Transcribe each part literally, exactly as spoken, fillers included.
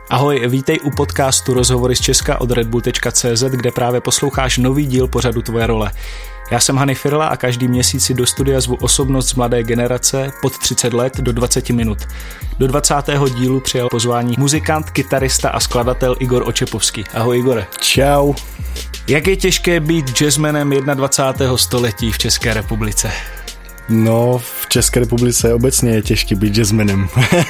Ahoj, vítej u podcastu Rozhovory z Česka od redbull tečka cé zet, kde právě posloucháš nový díl pořadu Tvoje role. Já jsem Hany Firla a každý měsíc si do studia zvu osobnost z mladé generace pod třicet let do dvacet minut. Do dvacátého dílu přijal pozvání muzikant, kytarista a skladatel Igor Očepovský. Ahoj Igore. Čau. Jak je těžké být jazzmanem dvacátého prvního století v České republice? No, v České republice obecně je těžké být jazzmanem.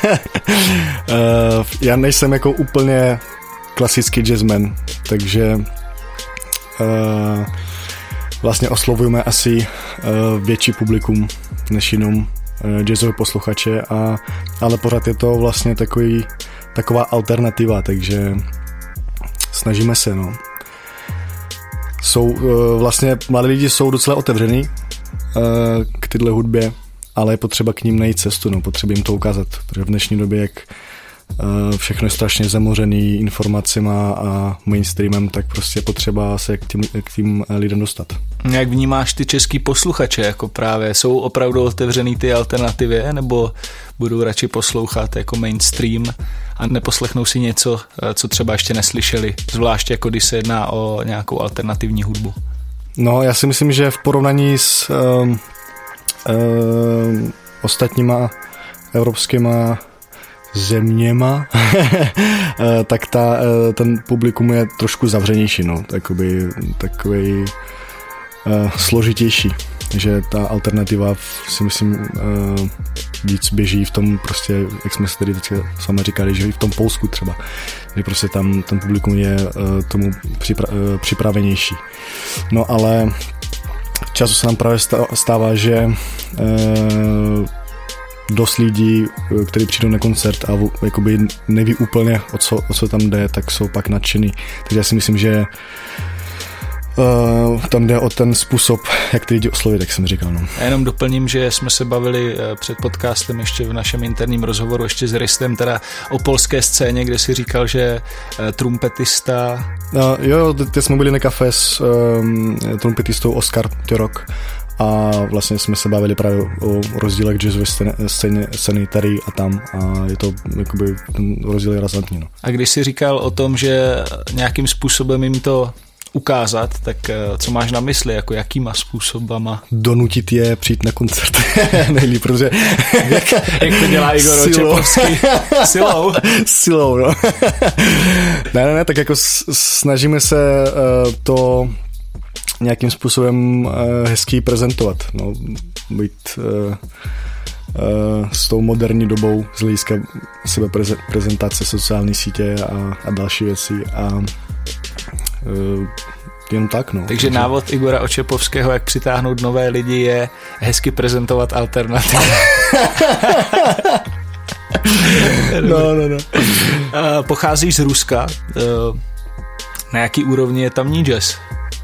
Já nejsem jako úplně klasický jazzman, takže uh, vlastně oslovujeme asi uh, větší publikum než jenom uh, jazzové posluchače, a, ale pořád je to vlastně takový, taková alternativa, takže snažíme se, no. Jsou, uh, vlastně mladí lidi jsou docela otevřený k téhle hudbě, ale je potřeba k ním najít cestu, no, potřeba jim to ukázat, protože v dnešní době, jak všechno je strašně zamořený informacima a mainstreamem, tak prostě potřeba se k tím, k tím lidem dostat. Jak vnímáš ty český posluchače, jako právě jsou opravdu otevřený ty alternativě, nebo budou radši poslouchat jako mainstream a neposlechnou si něco, co třeba ještě neslyšeli, zvláště jako když se jedná o nějakou alternativní hudbu? No, já si myslím, že v porovnání s uh, uh, ostatníma evropskýma zeměma, tak ta, uh, ten publikum je trošku zavřenější, no, takový, takový uh, složitější, že ta alternativa si myslím uh, víc běží v tom prostě, jak jsme se tady teďka sami říkali, že i v tom Polsku třeba, že prostě tam ten publikum je uh, tomu připra- uh, připravenější. No ale času se nám právě stává, že uh, dost lidí, kteří přijdou na koncert a jakoby neví úplně, o co, o co tam jde, tak jsou pak nadšený. Takže já si myslím, že Uh, tam jde o ten způsob, jak ty lidi oslovit, jak jsem říkal. No. Já jenom doplním, že jsme se bavili před podcastem ještě v našem interním rozhovoru ještě s Ristem, teda o polské scéně, kde si říkal, že uh, trumpetista... Uh, jo, teď jsme byli na kafe s um, trumpetistou Oskar Tyrok a vlastně jsme se bavili právě o rozdílech jazzové scény, scény tady a tam, a je to jakoby ten rozdíl je razantní. No. A když jsi říkal o tom, že nějakým způsobem jim to ukázat, tak co máš na mysli, jako jakýma způsobama? Donutit je přijít na koncert. Nejlíp, protože... jak, jak to dělá Igor Očepovský? Silou? Silou, no. ne, ne, ne, tak jako snažíme se uh, to nějakým způsobem uh, hezky prezentovat. No, být uh, uh, s tou moderní dobou z hlediska sebe prezentace, sociální sítě a, a další věci a Uh, jen tak, no. Takže návod Igora Očepovského, jak přitáhnout nové lidi, je hezky prezentovat alternativu. no, no, no. Uh, pocházíš z Ruska. Uh, na jaký úrovni je tamní jazz?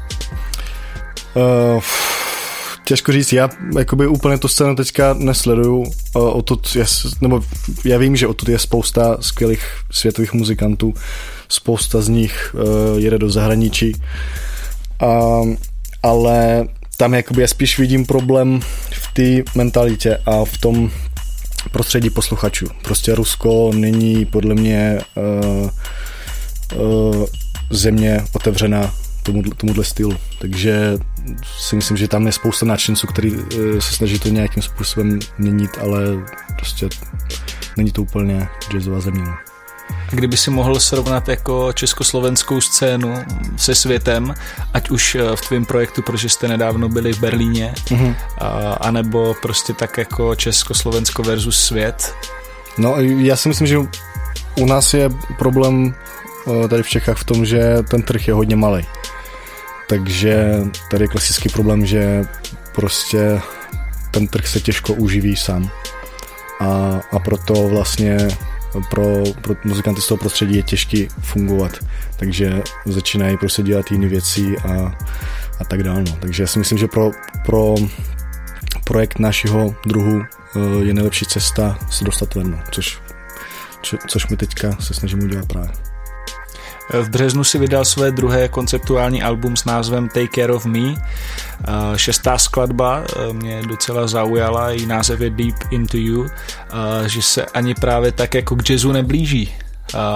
Uh, těžko říct, já jakoby úplně tu scénu teďka nesleduju. Uh, odtud je, nebo já vím, že odtud je spousta skvělých světových muzikantů. Spousta z nich uh, jede do zahraničí, uh, ale tam jakoby já spíš vidím problém v té mentalitě a v tom prostředí posluchačů. Prostě Rusko není podle mě uh, uh, země otevřená tomu, tomuhle stylu, takže si myslím, že tam je spousta nadšenců, který uh, se snaží to nějakým způsobem měnit, ale prostě není to úplně jazzová země. No. Kdyby si mohl srovnat jako československou scénu se světem, ať už v tvém projektu, protože jste nedávno byli v Berlíně, mm-hmm. a, anebo prostě tak jako Československo versus svět? No, já si myslím, že u nás je problém tady v Čechách v tom, že ten trh je hodně malý. Takže tady je klasický problém, že prostě ten trh se těžko uživí sám. A, a proto vlastně Pro, pro muzikanty z toho prostředí je těžký fungovat, takže začínají prostě dělat jiné věci a, a tak dále. No. Takže já si myslím, že pro, pro projekt našeho druhu je nejlepší cesta se dostat ven, což, čo, což my teďka se snažíme udělat právě. V březnu si vydal své druhé konceptuální album s názvem Take Care of Me. Šestá skladba mě docela zaujala, její název je Deep Into You, že se ani právě tak jako k jazzu neblíží.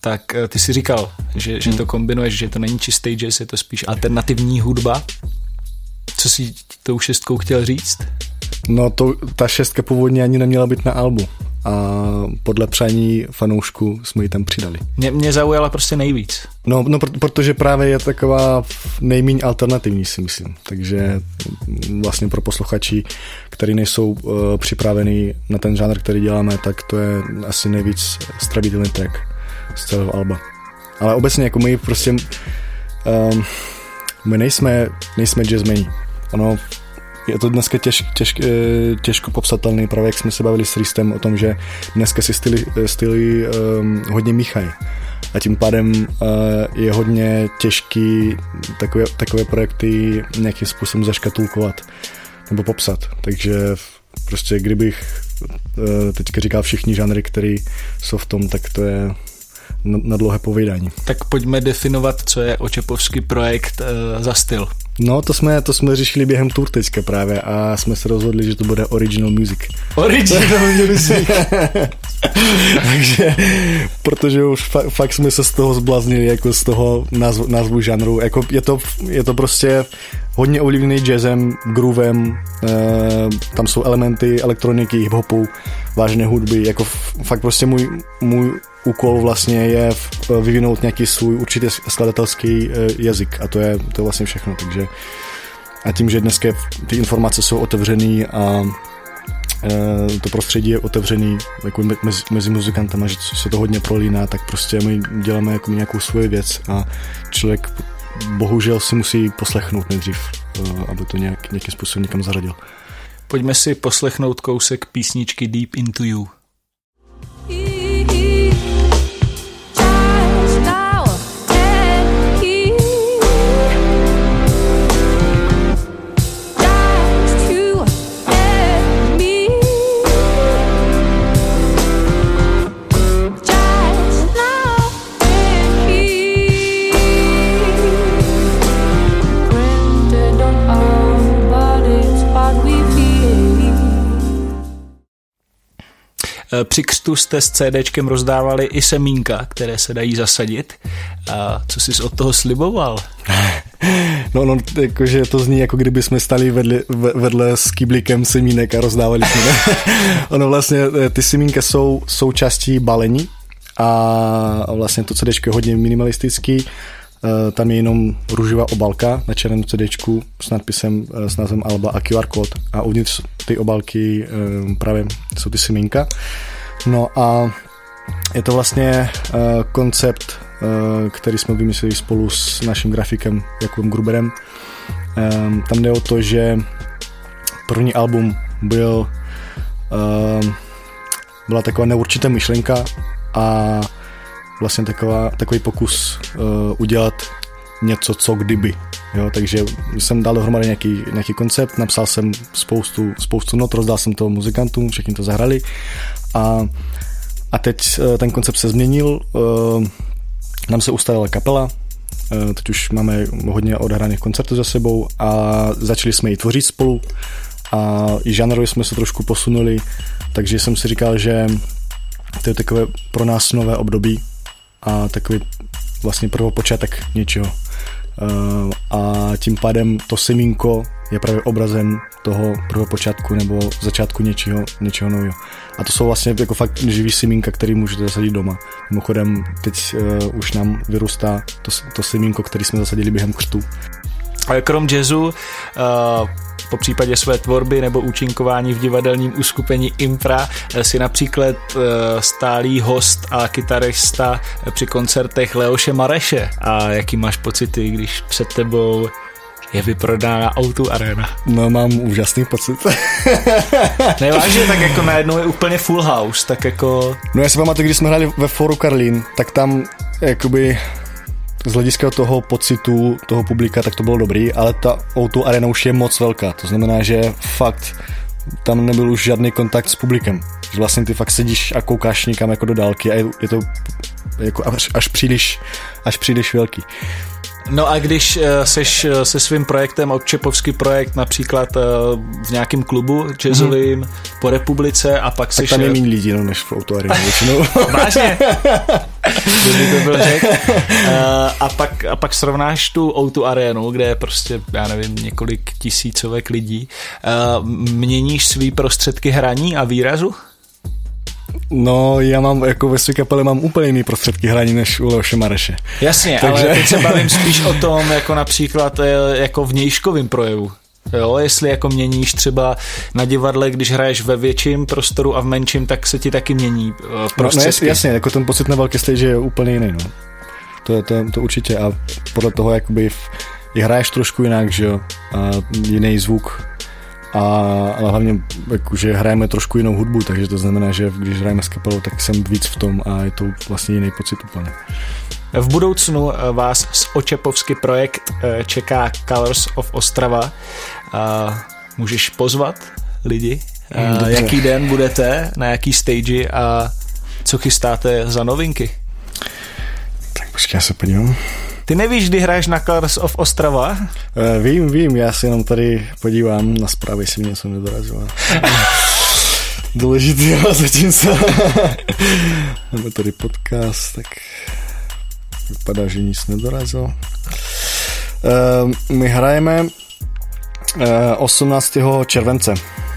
tak ty si říkal, že, že to kombinuješ, že to není čistý jazz, je to spíš alternativní hudba. Co jsi tou šestkou chtěl říct? No to, ta šestka původně ani neměla být na albu a podle přání fanoušku jsme ji tam přidali. Mě, mě zaujala prostě nejvíc. No, no pr- protože právě je taková nejméně alternativní, si myslím. Takže vlastně pro posluchači, kteří nejsou uh, připravení na ten žánr, který děláme, tak to je asi nejvíc stravitelný track z celého alba. Ale obecně jako my prostě um, my nejsme, nejsme jazzmeni. Ono je to dneska těž, těž, těžko popsatelný, právě jak jsme se bavili s Ristem o tom, že dneska si styly, styly um, hodně míchají. A tím pádem uh, je hodně těžký takové, takové projekty nějakým způsobem zaškatulkovat nebo popsat. Takže prostě kdybych uh, teďka říkal všichni žánry, které jsou v tom, tak to je na, na dlouhé povídání. Tak pojďme definovat, co je očepovský projekt uh, za styl. No, to jsme, to jsme řešili během tour teďka právě a jsme se rozhodli, že to bude original music. Original music. Takže, protože už fa- fakt jsme se z toho zbláznili, jako z toho názvu, názvu žánru. Jako je, to, je to prostě hodně ovlivněný jazzem, groovem, e, tam jsou elementy elektroniky, hip-hopu, vážné hudby, jako f- fakt prostě můj, můj úkol vlastně je vyvinout nějaký svůj určitě skladatelský jazyk a to je, to je vlastně všechno, takže a tím, že dneska ty informace jsou otevřený a e, to prostředí je otevřený jako mezi, mezi muzikantama, že se to hodně prolíná, tak prostě my děláme jako nějakou svoji věc a člověk bohužel si musí poslechnout nejdřív, e, aby to nějak, nějakým způsobem někam zařadil. Pojďme si poslechnout kousek písničky Deep Into You. Při křtu jste s CDčkem rozdávali i semínka, které se dají zasadit. A co jsi od toho sliboval? No, no, jakože to zní, jako kdyby jsme stali vedle, vedle s kyblíkem semínek a rozdávali jsme. Ono vlastně, ty semínka jsou součástí balení a vlastně to CDčko je hodně minimalistický. Tam je jenom růžová obálka na černém CDčku s nadpisem, s názvem alba a Q R kód a uvnitř ty obálky právě jsou ty semínka. No a je to vlastně koncept, který jsme vymysleli spolu s naším grafikem Jakubem Gruberem. Tam jde o to, že první album byl byla taková neurčitá myšlenka a vlastně taková, takový pokus uh, udělat něco, co kdyby. Jo? Takže jsem dal dohromady nějaký, nějaký koncept, napsal jsem spoustu, spoustu not, rozdal jsem to muzikantům, všichni to zahrali a, a teď uh, ten koncept se změnil, uh, nám se ustavila kapela, uh, teď už máme hodně odehraných koncertů za sebou a začali jsme ji tvořit spolu a i žánrově jsme se trošku posunuli, takže jsem si říkal, že to je takové pro nás nové období a takový vlastně prvopočátek něčeho. A tím pádem to semínko je právě obrazem toho prvopočátku nebo začátku něčeho, něčeho nového. A to jsou vlastně jako fakt živý semínka, který můžete zasadit doma. Mimochodem teď uh, už nám vyrůstá to, to semínko, který jsme zasadili během křtu. Ale krom jazzu, uh, po případě své tvorby nebo účinkování v divadelním uskupení Impra si například uh, stálý host a kytarista při koncertech Leoše Mareše. A jaký máš pocity, když před tebou je vyprodána O dva Arena? No, mám úžasný pocit. Nevážně, tak jako najednou je úplně full house, tak jako... No já si pamatuju, když jsme hráli ve Fóru Karlín, tak tam jakoby z hlediska toho pocitu toho publika, tak to bylo dobrý, ale ta O dva Arena už je moc velká, to znamená, že fakt tam nebyl už žádný kontakt s publikem, že vlastně ty fakt sedíš a koukáš někam jako do dálky a je to jako až, až příliš až příliš velký. No a když uh, seš uh, se svým projektem, Očepovský projekt, například uh, v nějakém klubu jazzovým mm. po republice a pak seš... Tak tam je méně lidí, no, než v autoaréně většinou. Vážně? Kdyby to byl řek. Uh, a, pak, a pak srovnáš tu ó dva arénu, kde je prostě, já nevím, několik tisícovek lidí. Uh, měníš svý prostředky hraní a výrazu? No, já mám, jako ve své kapele mám úplně jiný prostředky hraní než u Leoše Mareše. Jasně, takže... ale teď se bavím spíš o tom, jako například jako vnějškovým projevu. Jo, jestli jako měníš třeba na divadle, když hraješ ve větším prostoru a v menším, tak se ti taky mění uh, prostředky. No, no jasně, jako ten pocit na velké stage je úplně jiný, no. To, to, to určitě a podle toho jakoby v, i hraješ trošku jinak, že jo, a jiný zvuk. A, ale hlavně jakože hrajeme trošku jinou hudbu, takže to znamená, že když hrajeme s kapelou, tak jsem víc v tom a je to vlastně jiný pocit úplně. V budoucnu vás z Očepovský projekt čeká Colors of Ostrava. Můžeš pozvat lidi? Dobře. Jaký den budete, na jaký stage a co chystáte za novinky? Tak počkej, já se podívám. Ty nevíš, kdy hraješ na Colors of Ostrava? Uh, vím, vím, já si jenom tady podívám na zprávy, jestli mě něco nedorazilo. Důležitý, ale zatím se... Máme tady podcast, tak vypadá, že nic nedorazilo. Uh, my hrajeme uh, osmnáctého července.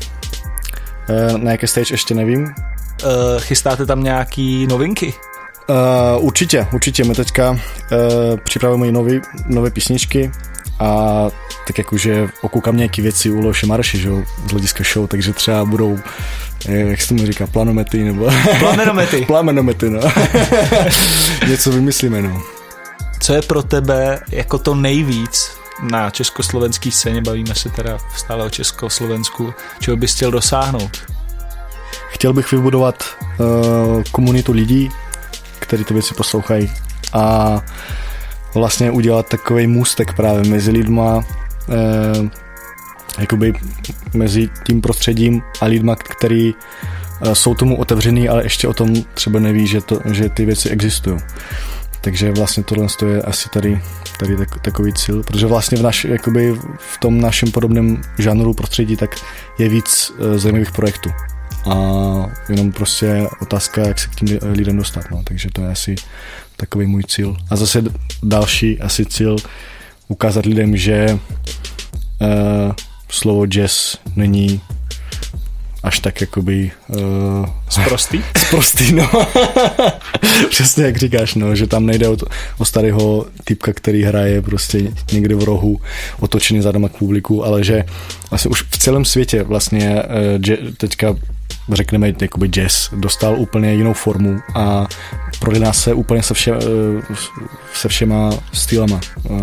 Uh, na jaké stage ještě nevím. Uh, chystáte tam nějaký novinky? Uh, určitě, určitě. My teďka uh, připravujeme nové, nové písničky a tak jakože okoukám nějaké věci u Leoše Mareše, že jo, z hlediska show, takže třeba budou, jak se tomu říká, planomety nebo... Plamenomety. Plamenomety, no. Něco vymyslíme, no. Co je pro tebe jako to nejvíc na československé scéně, bavíme se teda stále o Československu, čeho bys chtěl dosáhnout? Chtěl bych vybudovat uh, komunitu lidí, který ty věci poslouchají a vlastně udělat takovej můstek právě mezi lidma, eh, jakoby mezi tím prostředím a lidma, který eh, jsou tomu otevřený, ale ještě o tom třeba neví, že, to, že ty věci existují. Takže vlastně tohle je asi tady, tady tak, takový cíl, protože vlastně v, naš, jakoby v tom našem podobném žánru prostředí tak je víc eh, zajímavých projektů. A jenom prostě otázka, jak se k tím lidem dostat, no. Takže to je asi takový můj cíl. A zase další asi cíl ukázat lidem, že uh, slovo jazz není až tak jakoby uh, sprostý? Sprostý, no. Přesně jak říkáš, no, že tam nejde o, to, o starého typka, který hraje prostě někde v rohu, otočený zadama k publiku, ale že vlastně už v celém světě vlastně uh, teďka řekneme, jakoby jazz dostal úplně jinou formu a prodejná se úplně se, vše, se všema stylama.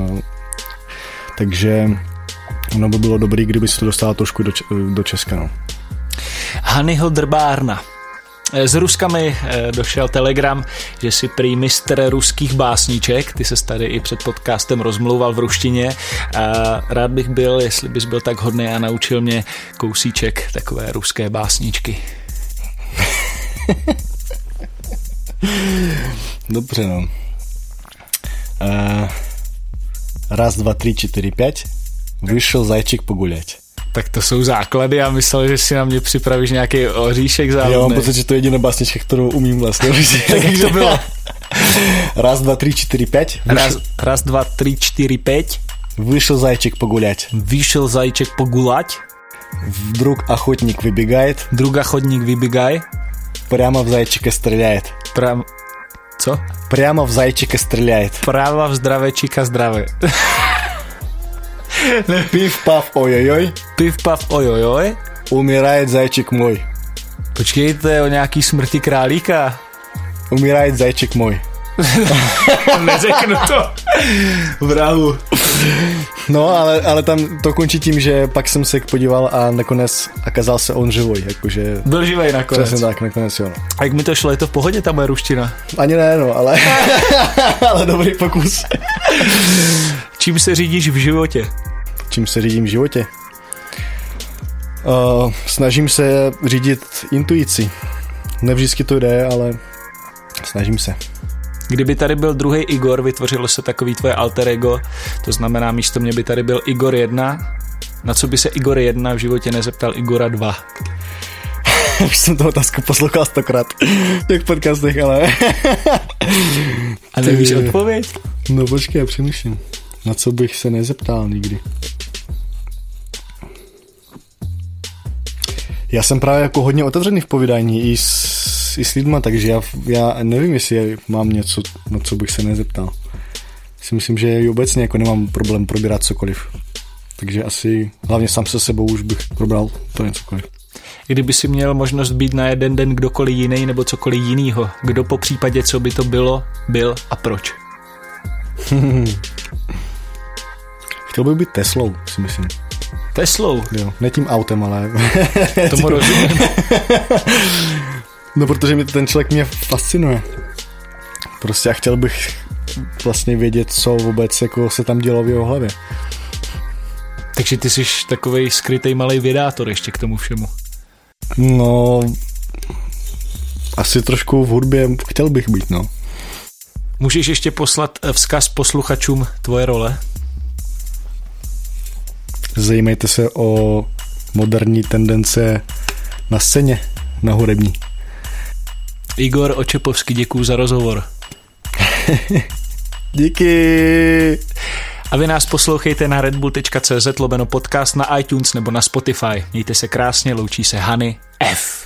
Takže ono by bylo dobrý, kdyby se to dostalo trošku do, do Česka. No. Hanyho Drbárna. Z Ruska mi došel telegram, že si prý mistr ruských básníček, ty ses tady i před podcastem rozmlouval v ruštině a rád bych byl, jestli bys byl tak hodný a naučil mě kousíček takové ruské básničky. Dobře, no. Uh, raz, dva, tři, čtyři, pět. Vyšel zajček poguľať. Tak to jsou základy a myslel, že si na mě připravíš nějaký oříšek záludný. Já mám pocit, že to je jediná básnička, kterou umím vlastně. Tak jak to bylo? Raz, dva, tři, čtyři, pět. Raz, raz, dva, tři, čtyři, pět. Vyšel zajček poguľať. Vyšel zajček pogulať. Вдруг охотник выбегает. Друг охотник выбегает. Прямо в зайчика стреляет. Прям... Co? Прямо в зайчика стреляет. Práva v zdravečíka zdravé. Пив, пав, ой-ой-ой. Piv, pav, ojojoj. Умирает зайчик мой. Počkejte, o nějaký smrti králíka. Умирает зайчик мой. Neřeknu to. Vrahu. No, ale, ale tam to končí tím, že pak jsem se podíval a nakonec okázal se on živoj, jakože... Byl živej nakonec. Přesně tak, nakonec jo. No. A jak mi to šlo, je to v pohodě, ta moje ruština? Ani ne, no, ale... ale dobrý pokus. Čím se řídíš v životě? Čím se řídím v životě? Uh, snažím se řídit intuici. Nevždycky to jde, ale snažím se. Kdyby tady byl druhý Igor, vytvořilo se takový tvoje alter ego, to znamená, místo mě by tady byl Igor jedna. Na co by se Igor jedna v životě nezeptal Igora dva? Už jsem tu otázku poslouchal stokrát v těch podcastech, ale... A nevíš Ty... odpověď? No počkej, já přemýšlím. Na co bych se nezeptal nikdy? Já jsem právě jako hodně otevřený v povídání i s, i s lidma, takže já, já nevím, jestli mám něco, na co bych se nezeptal. Si myslím, že obecně jako nemám problém probírat cokoliv. Takže asi hlavně sám se sebou už bych probral to něcokoliv. Kdyby si měl možnost být na jeden den kdokoliv jiný nebo cokoliv jinýho, kdo po případě, co by to bylo, byl a proč? Chtěl bych být Teslou, si myslím. Teslou? Jo, ne tím autem, ale... Tomu rozumím. No, protože mě ten člověk mě fascinuje. Prostě já chtěl bych vlastně vědět, co vůbec jako se tam dělo v jeho hlavě. Takže ty jsi takovej skrytej malej vědátor ještě k tomu všemu. No, asi trošku v hudbě chtěl bych být, no. Můžeš ještě poslat vzkaz posluchačům tvoje role? Zajímejte se o moderní tendence na scéně, na hudební. Igor Očepovský, děkuju za rozhovor. Díky. A vy nás poslouchejte na redbull.cz lomeno podcast, na iTunes nebo na Spotify. Mějte se krásně, loučí se Hany F.